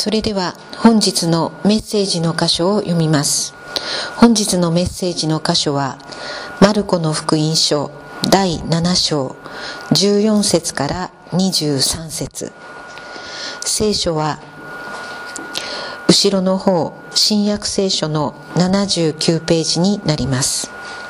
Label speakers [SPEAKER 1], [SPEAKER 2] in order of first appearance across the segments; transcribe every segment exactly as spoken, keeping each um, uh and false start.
[SPEAKER 1] それでは本日のメッセージの箇所を読みます。本日のメッセージの箇所はマルコの福音書だいなな章じゅうよん節からにじゅうさん節。聖書は後ろの方、新約聖書のななじゅうきゅうページになります。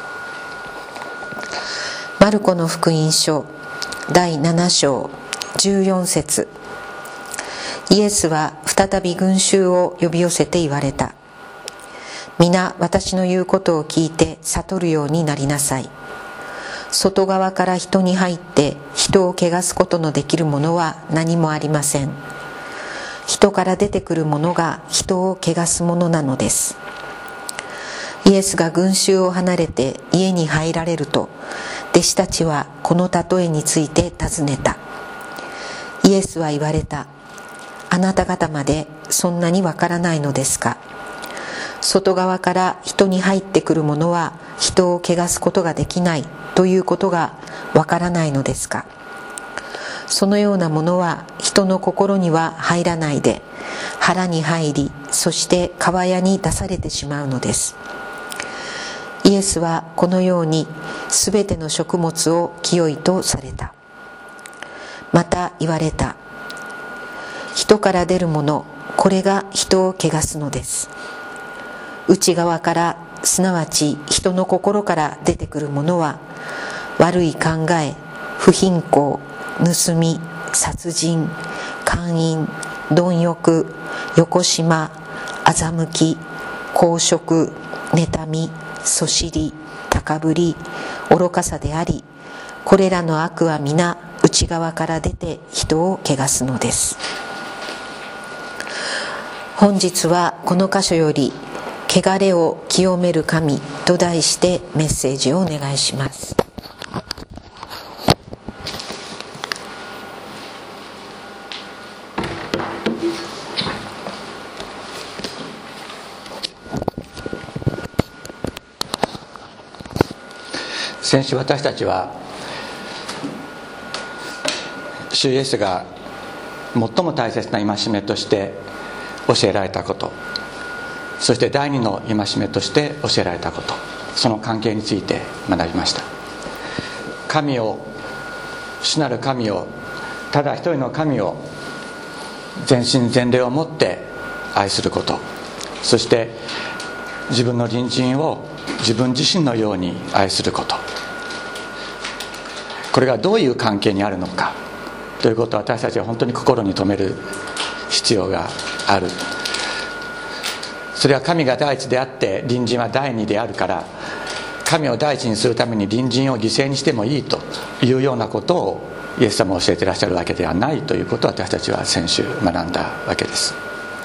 [SPEAKER 1] マルコの福音書だいなな章じゅうよん節。イエスは再び群衆を呼び寄せて言われた。皆私の言うことを聞いて悟るようになりなさい。外側から人に入って人を汚すことのできるものは何もありません。人から出てくるものが人を汚すものなのです。イエスが群衆を離れて家に入られると、弟子たちはこの例えについて尋ねた。イエスは言われた。あなた方までそんなにわからないのですか。外側から人に入ってくるものは人を汚すことができないということがわからないのですか。そのようなものは人の心には入らないで腹に入り、そして川屋に出されてしまうのです。イエスはこのようにすべての食物を清いとされた。また言われた。人から出るもの、これが人を汚すのです。内側から、すなわち人の心から出てくるものは、悪い考え、不貧困、盗み、殺人、姦淫、貪欲、よこしま、欺き、公職、妬み、そしり、高ぶり、愚かさであり、これらの悪は皆内側から出て人を汚すのです。本日はこの箇所より汚れを清める神と題してメッセージをお願いします。
[SPEAKER 2] 先週私たちは主イエスが最も大切な戒めとして教えられたこと、そして第二の戒めとして教えられたこと、その関係について学びました。神を、主なる神を、ただ一人の神を全身全霊をもって愛すること、そして自分の隣人を自分自身のように愛すること、これがどういう関係にあるのかということを私たちは本当に心に留める必要がある。それは神が第一であって隣人は第二であるから、神を第一にするために隣人を犠牲にしてもいいというようなことをイエス様は教えていらっしゃるわけではないということを私たちは先週学んだわけです。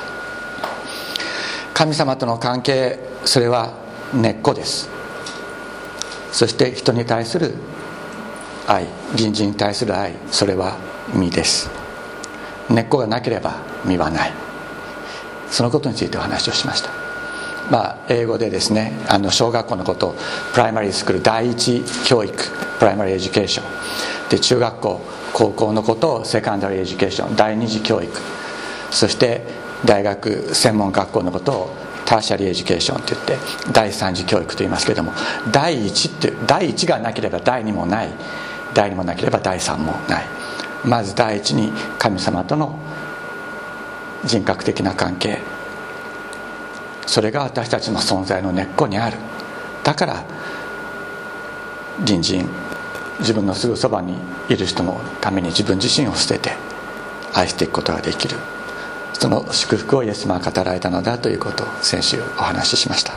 [SPEAKER 2] 神様との関係、それは根っこです。そして人に対する愛、隣人に対する愛、それは実です。根っこがなければ実はない。そのことについてお話をしました。まあ英語でですね、あの小学校のことをプライマリースクール、第一教育、プライマリーエデュケーションで、中学校高校のことをセカンダリーエデュケーション、第二次教育、そして大学専門学校のことをターシャリーエデュケーションといって第三次教育と言いますけれども、第一って第一がなければ第二もない、第二もなければ第三もない。まず第一に神様との人格的な関係、それが私たちの存在の根っこにある。だから隣人、自分のすぐそばにいる人のために自分自身を捨てて愛していくことができる、その祝福をイエス様は語られたのだということを先週お話ししました。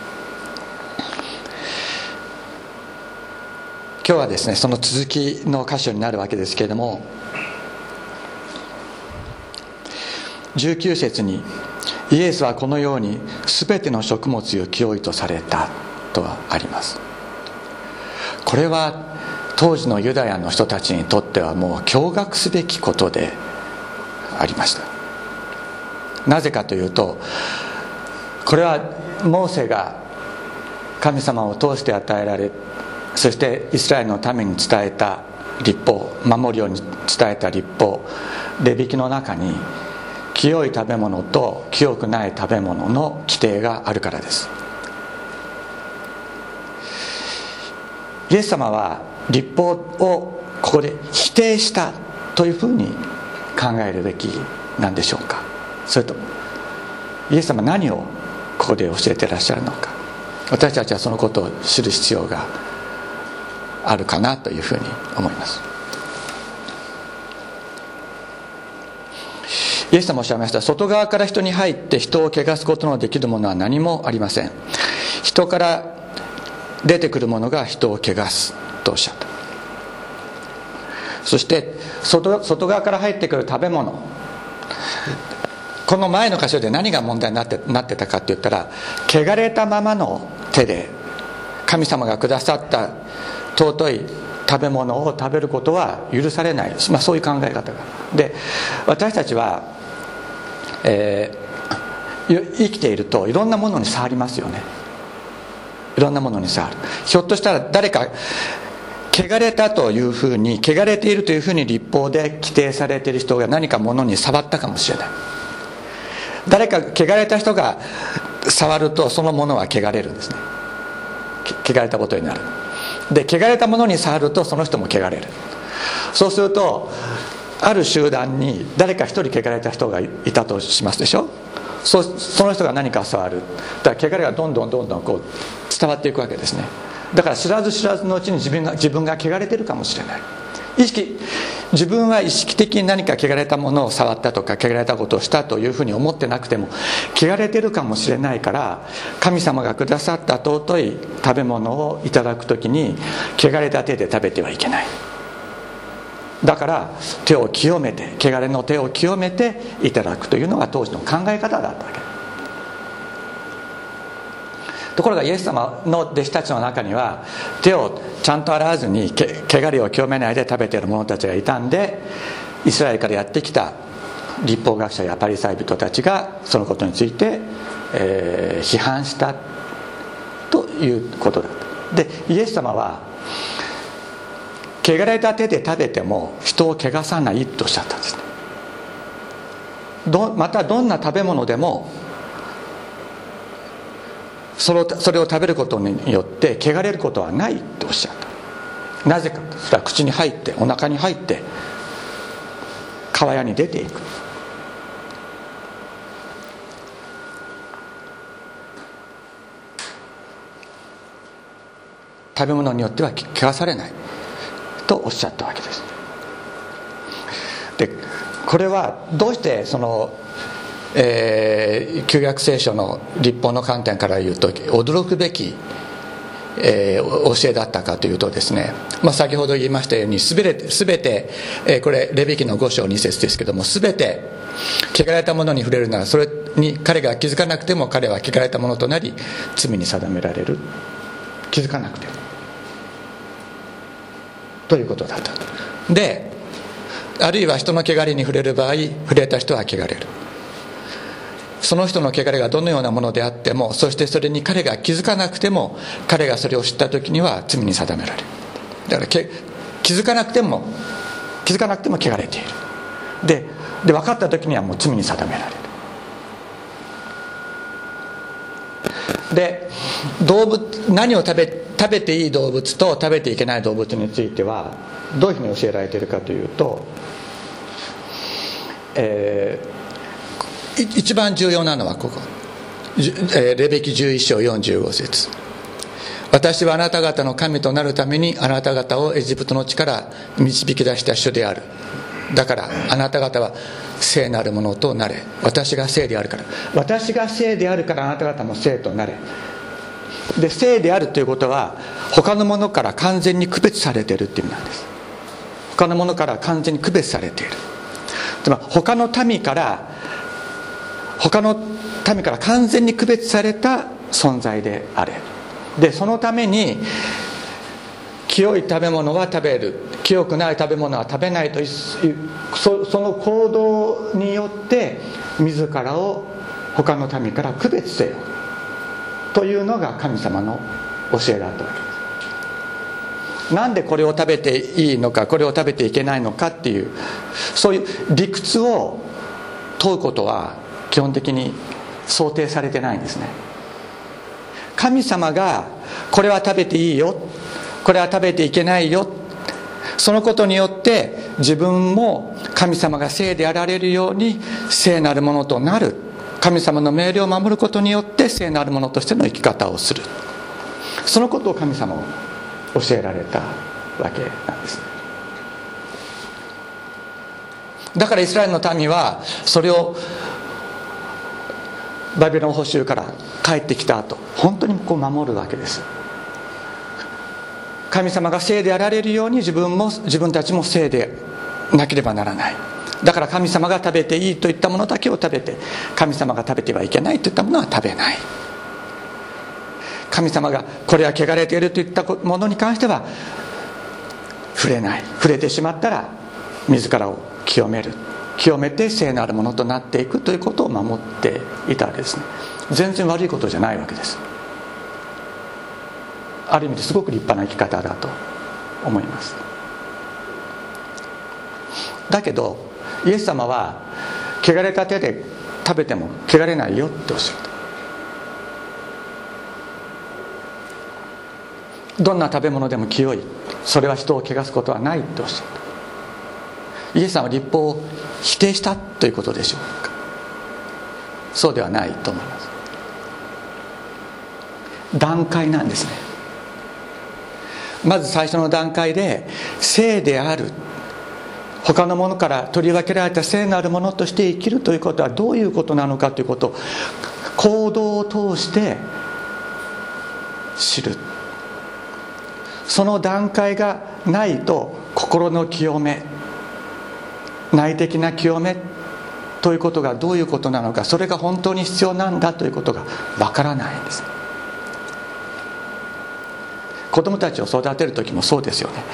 [SPEAKER 2] 今日はですね、その続きの箇所になるわけですけれども、じゅうきゅう節にイエスはこのように全ての食物を清いとされたとあります。これは当時のユダヤの人たちにとってはもう驚愕すべきことでありました。なぜかというと、これはモーセが神様を通して与えられ、そしてイスラエルのために伝えた律法、守るように伝えた律法、レビ記の中に清い食べ物と清くない食べ物の規定があるからです。イエス様は律法をここで否定したというふうに考えるべきなんでしょうか。それとイエス様は何をここで教えていらっしゃるのか、私たちはそのことを知る必要があるかなというふうに思います。イエス様おっしゃいました。外側から人に入って人を汚すことのできるものは何もありません。人から出てくるものが人を汚すとおっしゃった。そして 外, 外側から入ってくる食べ物、この前の箇所で何が問題になって、なってたかって言ったら、汚れたままの手で神様がくださった尊い食べ物を食べることは許されない、まあ、そういう考え方がで、私たちは、えー、生きているといろんなものに触りますよね。いろんなものに触る。ひょっとしたら誰か汚れたというふうに、汚れているというふうに律法で規定されている人が何か物に触ったかもしれない。誰か汚れた人が触るとそのものは汚れるんですね。汚れたことになる。で、汚れたものに触るとその人も汚れる。そうするとある集団に誰か一人汚れた人がいたとしますでしょ。 そ, その人が何か触る。だから汚れがどんどんどんどんこう伝わっていくわけですね。だから知らず知らずのうちに自分が自分が汚れてるかもしれない。意識自分は意識的に何か汚れたものを触ったとか汚れたことをしたというふうに思ってなくても汚れてるかもしれないから、神様がくださった尊い食べ物をいただくときに汚れた手で食べてはいけない。だから手を清めて、汚れの手を清めていただくというのが当時の考え方だったわけ。ところがイエス様の弟子たちの中には手をちゃんと洗わずに汚れを清めないで食べている者たちがいたんで、イスラエルからやってきた律法学者やパリサイ人たちがそのことについて、えー、批判したということだった。で、イエス様は汚れた手で食べても人を汚さないとおっしゃったんですね。どまたどんな食べ物でもそれを、それを食べることによって汚れることはないとおっしゃった。なぜか、それは口に入ってお腹に入って川屋に出ていく。食べ物によっては汚されないとおっしゃったわけです。で、これはどうしてそのえー、旧約聖書の律法の観点から言うと驚くべき、えー、教えだったかというとですね、まあ、先ほど言いましたようにすべて、すべて、えー、これレビ記のご章に節ですけども、すべて汚れたものに触れるならそれに彼が気づかなくても彼は汚れたものとなり罪に定められる。気づかなくてもということだった。で、あるいは人の汚れに触れる場合、触れた人は汚れる。その人の汚れがどのようなものであっても、そしてそれに彼が気づかなくても彼がそれを知った時には罪に定められる。だからけ気づかなくても気づかなくても汚れている。で、で分かった時にはもう罪に定められる。で、動物何を食べ食べていい動物と食べていけない動物についてはどういうふうに教えられているかというと、えー一番重要なのはここ、レビ記じゅういち章よんじゅうご節。私はあなた方の神となるためにあなた方をエジプトの地から導き出した主である。だからあなた方は聖なるものとなれ。私が聖であるから。私が聖であるからあなた方も聖となれ。で、聖であるということは他のものから完全に区別されているっていう意味なんです。他のものから完全に区別されている。つまり他の民から他の民から完全に区別された存在であれ。で、そのために清い食べ物は食べる、清くない食べ物は食べないという そ, その行動によって自らを他の民から区別せよというのが神様の教えだったわけです。なんでこれを食べていいのかこれを食べていけないのかっていう、そういう理屈を問うことは基本的に想定されてないんですね。神様がこれは食べていいよ、これは食べていけないよ、そのことによって自分も神様が聖であられるように聖なるものとなる、神様の命令を守ることによって聖なるものとしての生き方をする、そのことを神様を教えられたわけなんです。だからイスラエルの民はそれをバビロン捕囚から帰ってきた後、本当にこう守るわけです。神様が聖であられるように自分も自分たちも聖でなければならない。だから神様が食べていいといったものだけを食べて、神様が食べてはいけないといったものは食べない。神様がこれは汚れているといったものに関しては触れない。触れてしまったら自らを清める、清めて聖なるものとなっていくということを守っていたわけですね。全然悪いことじゃないわけです。ある意味ですごく立派な生き方だと思います。だけどイエス様は汚れた手で食べても汚れないよっておっしゃった。どんな食べ物でも清い、それは人を汚すことはないっておっしゃった。イエス様は律法を否定したということでしょうか。そうではないと思います。段階なんですね。まず最初の段階で聖である、他のものから取り分けられた聖なるものとして生きるということはどういうことなのかということを行動を通して知る。その段階がないと心の清め、内的な清めということがどういうことなのか、それが本当に必要なんだということがわからないんです。子供たちを育てる時もそうですよね。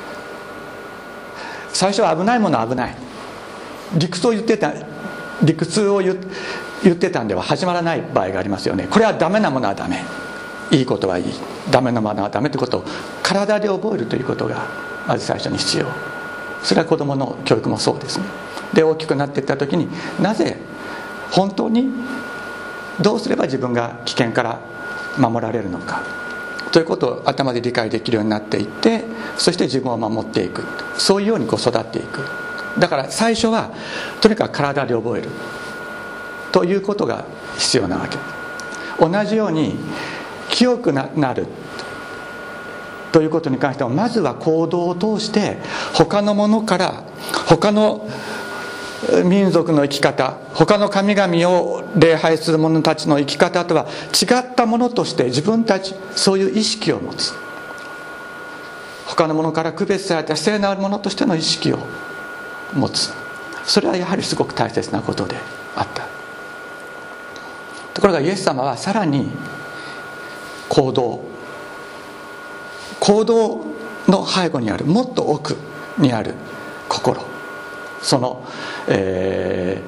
[SPEAKER 2] 最初は危ないものは危ない、理屈を言ってた理屈を言ってたんでは始まらない場合がありますよね。これはダメなものはダメ、いいことはいい、ダメなものはダメということを体で覚えるということがまず最初に必要。それは子どもの教育もそうですね。で大きくなっていった時に、なぜ本当にどうすれば自分が危険から守られるのかということを頭で理解できるようになっていって、そして自分を守っていく、そういうようにこう育っていく。だから最初はとにかく体で覚えるということが必要なわけ。同じように清くなるということに関しては、まずは行動を通して他のものから、他の民族の生き方、他の神々を礼拝する者たちの生き方とは違ったものとして自分たちそういう意識を持つ、他のものから区別された聖なるものとしての意識を持つ。それはやはりすごく大切なことであった。ところがイエス様はさらに行動行動の背後にある、もっと奥にある心、その、え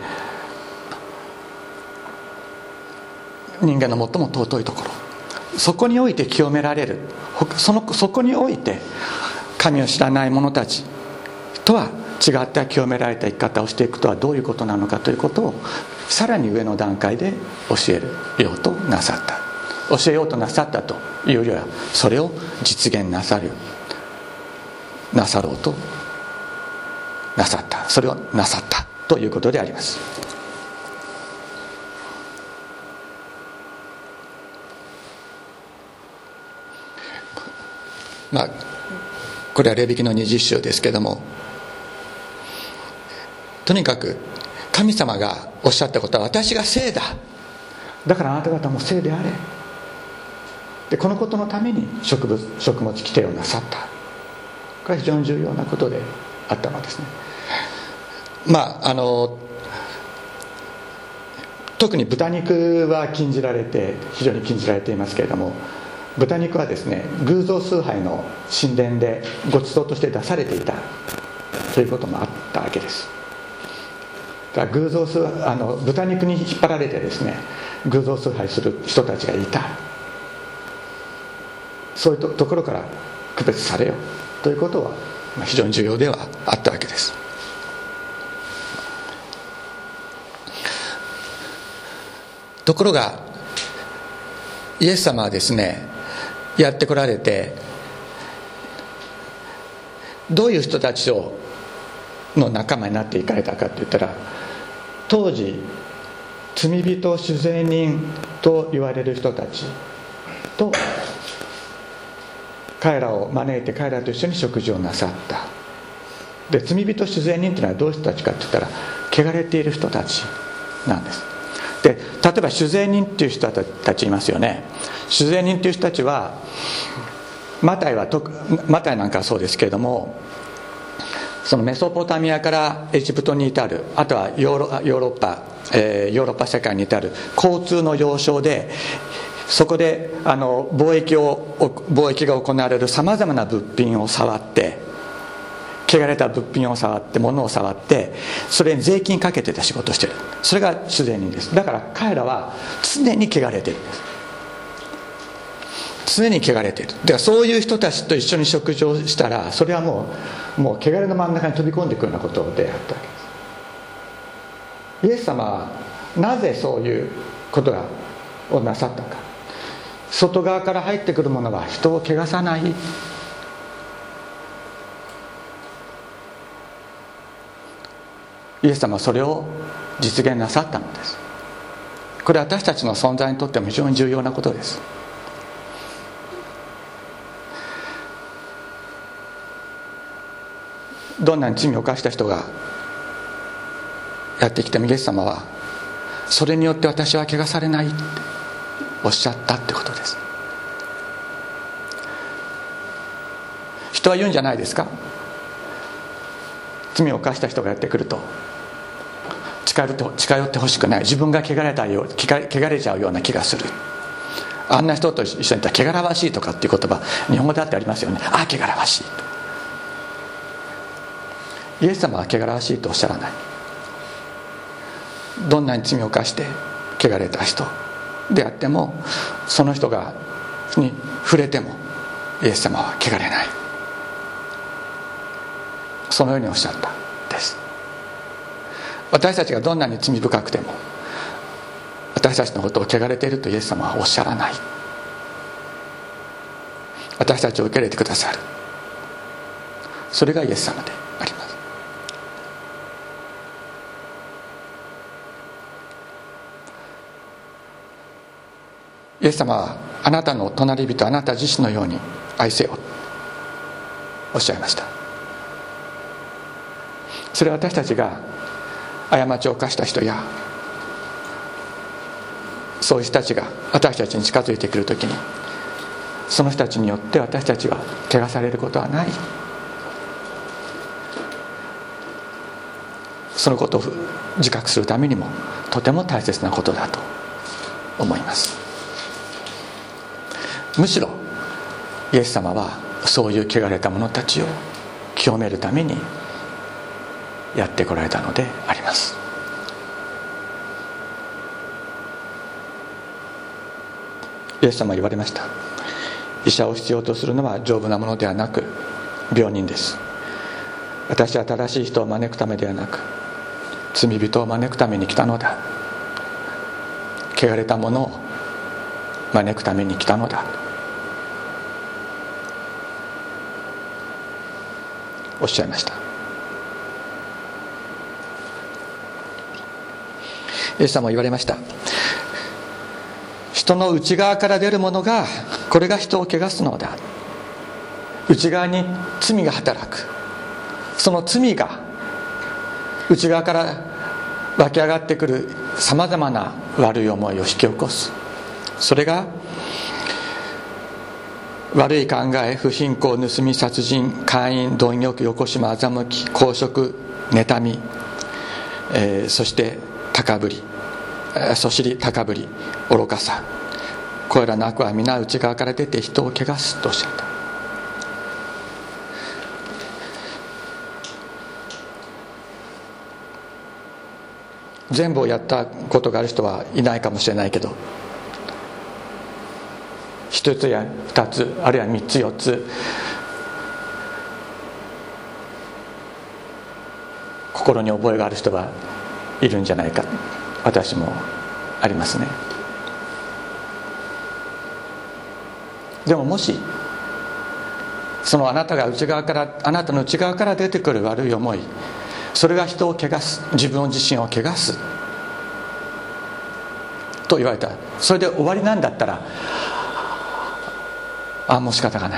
[SPEAKER 2] ー、人間の最も尊いところ、そこにおいて清められる、そのそこにおいて神を知らない者たちとは違った清められた生き方をしていくとはどういうことなのかということをさらに上の段階で教えるようとなさった。教えようとなさったというよりは、それを実現なさるなさろうとなさった、それをなさったということであります。まあこれはレビ記のにじゅっ章ですけれども、とにかく神様がおっしゃったことは、私が聖だ、だからあなた方も聖であれ、でこのことのために食物食物規定をなさった。これは非常に重要なことであったのですね。まああの特に豚肉は禁じられて、非常に禁じられていますけれども、豚肉はですね、偶像崇拝の神殿でご馳走として出されていたということもあったわけです。だから偶像崇あの豚肉に引っ張られてですね、偶像崇拝する人たちがいた。そういう と, ところから区別されよということは非常に重要ではあったわけです。 ところがイエス様はですね、やってこられて、どういう人たちをの仲間になっていかれたかって言ったら、当時罪人主税人と言われる人たちと彼らを招いて、彼らと一緒に食事をなさった。で、罪人主税人というのはどういう人たちかって言ったら、汚れている人たちなんです。で、例えば主税人っていう人たちいますよね。主税人っていう人たちは、マタイはとマタイなんかはそうですけれども、そのメソポタミアからエジプトに至る、あとはヨーロ、ヨーロッパ、えー、ヨーロッパ世界に至る交通の要衝で、そこであの貿易を貿易が行われるさまざまな物品を触って、汚れた物品を触って、物を触って、それに税金かけてた仕事をしている。それが主税人です。だから彼らは常に汚れているんです。常に汚れている。だからそういう人たちと一緒に食事をしたら、それはもうもう汚れの真ん中に飛び込んでいくようなことであったわけです。イエス様はなぜそういうことがをなさったか。外側から入ってくるものは人を汚さない。イエス様はそれを実現なさったのです。これは私たちの存在にとっても非常に重要なことです。どんなに罪を犯した人がやってきても、イエス様はそれによって私は汚されないっておっしゃったってことです。人は言うんじゃないですか。罪を犯した人がやってくると、近寄って近寄ってほしくない、自分が汚れたよう汚れちゃうような気がする、あんな人と一緒にいたら汚らわしいとかっていう言葉、日本語だってありますよね。ああ、汚らわしいと。イエス様は汚らわしいとおっしゃらない。どんなに罪を犯して汚れた人であっても、その人がに触れてもイエス様は汚れない、そのようにおっしゃったです。私たちがどんなに罪深くても、私たちのことを汚れているとイエス様はおっしゃらない。私たちを受け入れてくださる。それがイエス様であります。イエス様はあなたの隣人、あなた自身のように愛せよおっしゃいました。それは私たちが過ちを犯した人や、そういう人たちが私たちに近づいてくるときに、その人たちによって私たちが汚されることはない。そのことを自覚するためにもとても大切なことだと思います。むしろイエス様はそういう汚れた者たちを清めるためにやってこられたのであります。イエス様は言われました。医者を必要とするのは丈夫なものではなく病人です。私は正しい人を招くためではなく罪人を招くために来たのだ。汚れた者を招くために来たのだ、おっしゃいました。イエス様も言われました。人の内側から出るものが、これが人を汚すのだ。内側に罪が働く。その罪が内側から湧き上がってくるさまざまな悪い思いを引き起こす。それが悪い考え、不信仰、盗み、殺人、姦淫、貪欲、よこしま、欺き、公職、妬み、えー、そして高ぶり、そしり、高ぶり、愚かさ、これらの悪は皆内側から出て人を汚すとおっしゃった。全部をやったことがある人はいないかもしれないけど、一つや二つ、あるいは三つ四つ、心に覚えがある人はいるんじゃないか。私もありますね。 でももしそのあなたが内側からあなたの内側から出てくる悪い思い、それが人を汚す、自分自身を汚すと言われた、それで終わりなんだったら、ああもう仕方がない、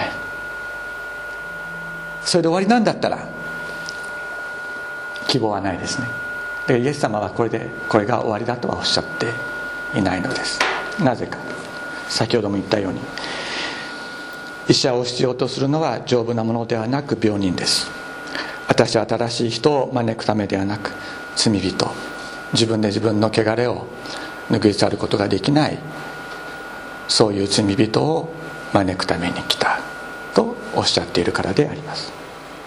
[SPEAKER 2] それで終わりなんだったら希望はないですね。でイエス様はこれでこれが終わりだとはおっしゃっていないのです。なぜか、先ほども言ったように、医者を必要とするのは丈夫なものではなく病人です。私は新しい人を招くためではなく、罪人、自分で自分の汚れを拭い去ることができない、そういう罪人を招くために来たとおっしゃっているからであります。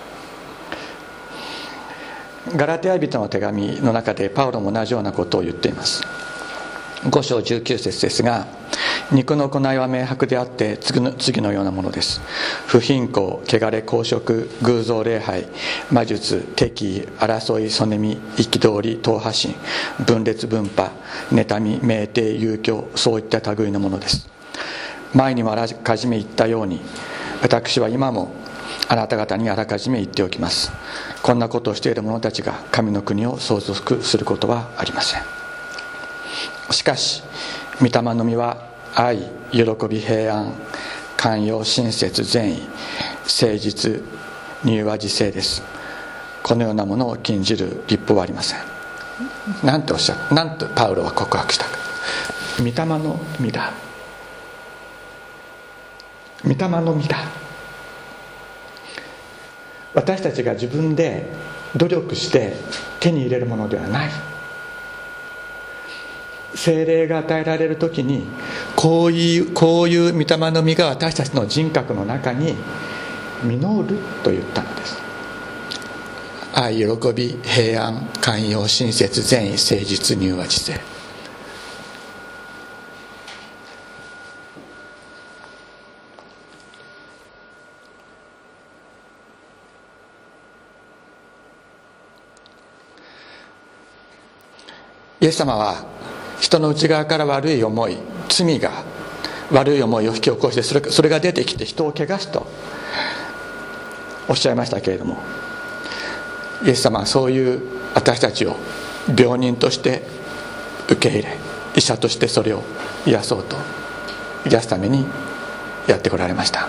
[SPEAKER 2] ガラテヤ人の手紙の中でパウロも同じようなことを言っています。ご章じゅうきゅう節ですが、肉の行いは明白であって次の、次のようなものです。不貧困、汚れ、公職、偶像礼拝、魔術、敵意、争い、そねみ、憤り、党派心、分裂分派、妬み、酩酊、遊興、そういった類のものです。前にもあらかじめ言ったように、私は今もあなた方にあらかじめ言っておきます。こんなことをしている者たちが神の国を相続することはありません。しかし御霊の実は愛、喜び、平安、寛容、親切、善意、誠実、柔和、自制です。このようなものを禁じる律法はありません。なんておっしゃる、なんとパウロは告白したか。御霊の実だ、御霊の実だ。私たちが自分で努力して手に入れるものではない。聖霊が与えられるときに、こういうこういう御霊の実が私たちの人格の中に実ると言ったのです。愛、喜び、平安、寛容、親切、善意、誠実、柔和、自制。イエス様は人の内側から悪い思い、罪が悪い思いを引き起こして、それ、それが出てきて人を汚すとおっしゃいましたけれども、イエス様はそういう私たちを病人として受け入れ、医者としてそれを癒そうと、癒すためにやってこられました。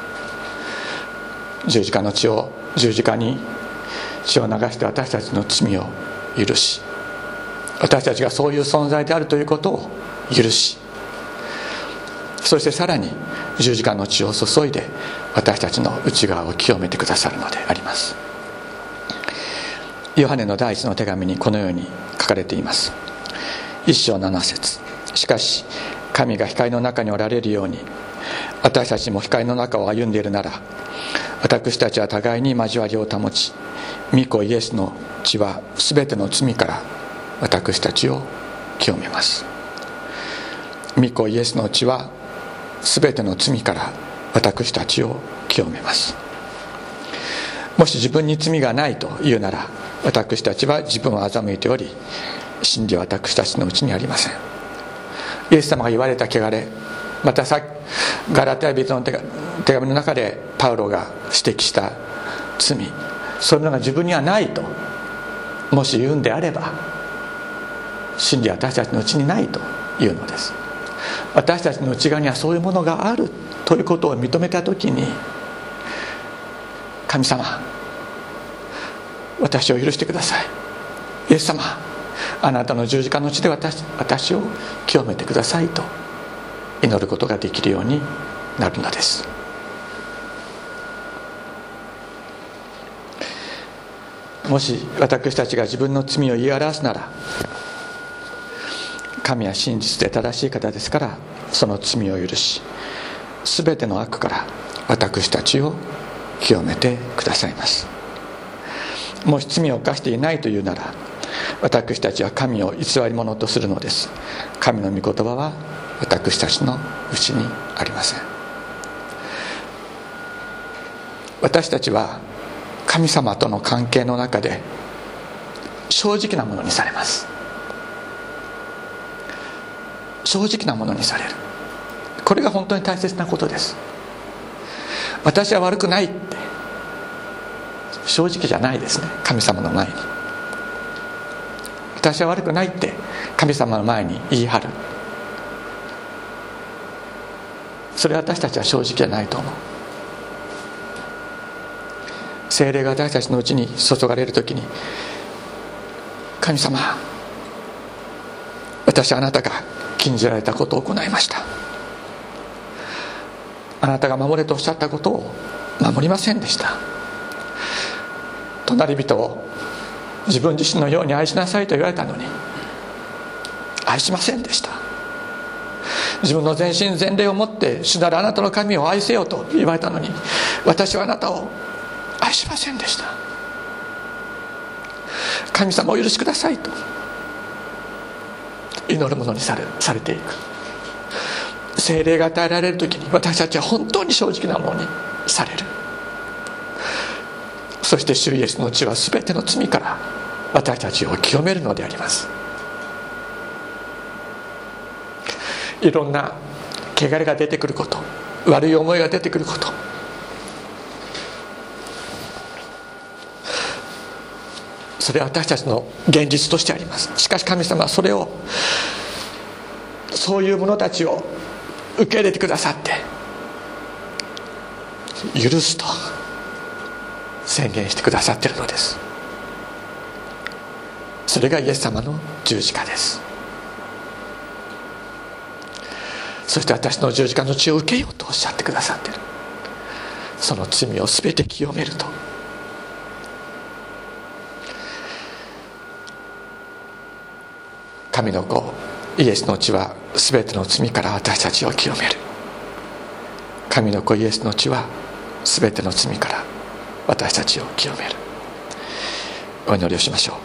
[SPEAKER 2] 十字架の血を十字架に血を流して私たちの罪を許し、私たちがそういう存在であるということを許し、そしてさらに十字架の血を注いで私たちの内側を清めてくださるのであります。ヨハネの第一の手紙にこのように書かれています。一章七節、しかし神が光の中におられるように、私たちも光の中を歩んでいるなら、私たちは互いに交わりを保ち、御子イエスの血はすべての罪から私たちを清めます。御子イエスの血はすべての罪から私たちを清めます。もし自分に罪がないというなら、私たちは自分を欺いており、真理は私たちのうちにありません。イエス様が言われた汚れ、またさガラテヤ人の手紙の中でパウロが指摘した罪、そういうのが自分にはないともし言うんであれば、真理は私たちのうちにないというのです。私たちの内側にはそういうものがあるということを認めたときに、神様、私を許してください、イエス様、あなたの十字架の血で 私, 私を清めてくださいと祈ることができるようになるのです。もし私たちが自分の罪を言い表すなら、神は真実で正しい方ですから、その罪を許し、すべての悪から私たちを清めてくださいます。もし罪を犯していないというなら、私たちは神を偽り者とするのです。神の御言葉は私たちのうちにありません。私たちは神様との関係の中で正直なものにされます。正直なものにされる。 これが本当に大切なことです。私は悪くないって正直じゃないですね。神様の前に私は悪くないって神様の前に言い張る、それは私たちは正直じゃないと思う。聖霊が私たちのうちに注がれるときに、神様、私はあなたが禁じられたことを行いました、あなたが守れとおっしゃったことを守りませんでした、隣人を自分自身のように愛しなさいと言われたのに愛しませんでした、自分の全身全霊をもって主なるあなたの神を愛せよと言われたのに私はあなたを愛しませんでした、神様お許しくださいと祈るものにされ、されていく。聖霊が与えられる時に私たちは本当に正直なものにされる。そして主イエスの血は全ての罪から私たちを清めるのであります。いろんな汚れが出てくること、悪い思いが出てくること、それは私たちの現実としてあります。しかし神様はそれを、そういう者たちを受け入れてくださって許すと宣言してくださっているのです。それがイエス様の十字架です。そして私の十字架の血を受けようとおっしゃってくださっている。その罪を全て清めると、神の子イエスの血は全ての罪から私たちを清める。神の子イエスの血は全ての罪から私たちを清める。お祈りをしましょう。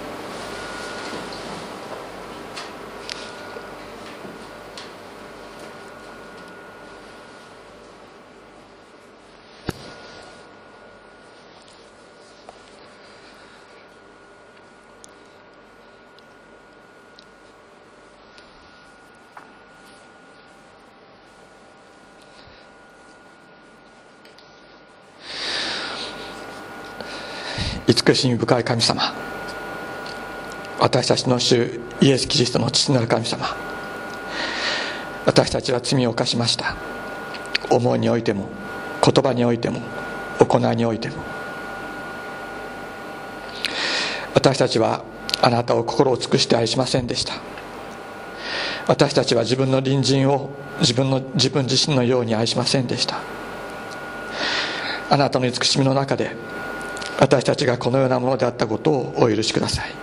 [SPEAKER 2] 慈しみ深い神様、私たちの主イエス・キリストの父なる神様、私たちは罪を犯しました。思いにおいても言葉においても行いにおいても、私たちはあなたを心を尽くして愛しませんでした。私たちは自分の隣人を自分の自分自身のように愛しませんでした。あなたの慈しみの中で私たちがこのようなものであったことをお許しください。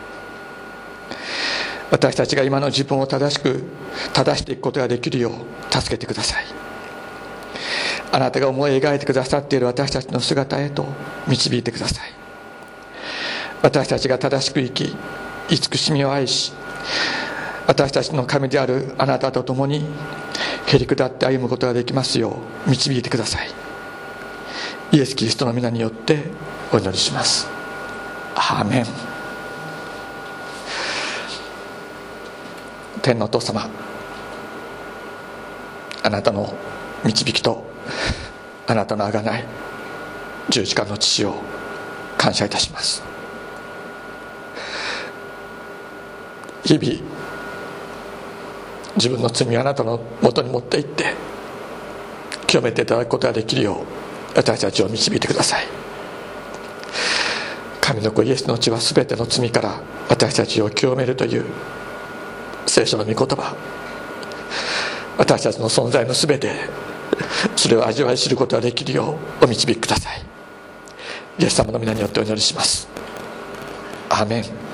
[SPEAKER 2] 私たちが今の自分を正しく正していくことができるよう助けてください。あなたが思い描いてくださっている私たちの姿へと導いてください。私たちが正しく生き、慈しみを愛し、私たちの神であるあなたと共にへりくだって歩むことができますよう導いてください。イエス・キリストの皆によってお祈りします。アーメン。天のお父様、あなたの導きとあなたの贖い、十字架の父を感謝いたします。日々自分の罪をあなたのもとに持っていって清めていただくことができるよう私たちを導いてください。神の子イエスの血は全ての罪から私たちを清めるという聖書の御言葉、私たちの存在の全てそれを味わい知ることができるようお導きください。イエス様の皆によってお祈りします。アーメン。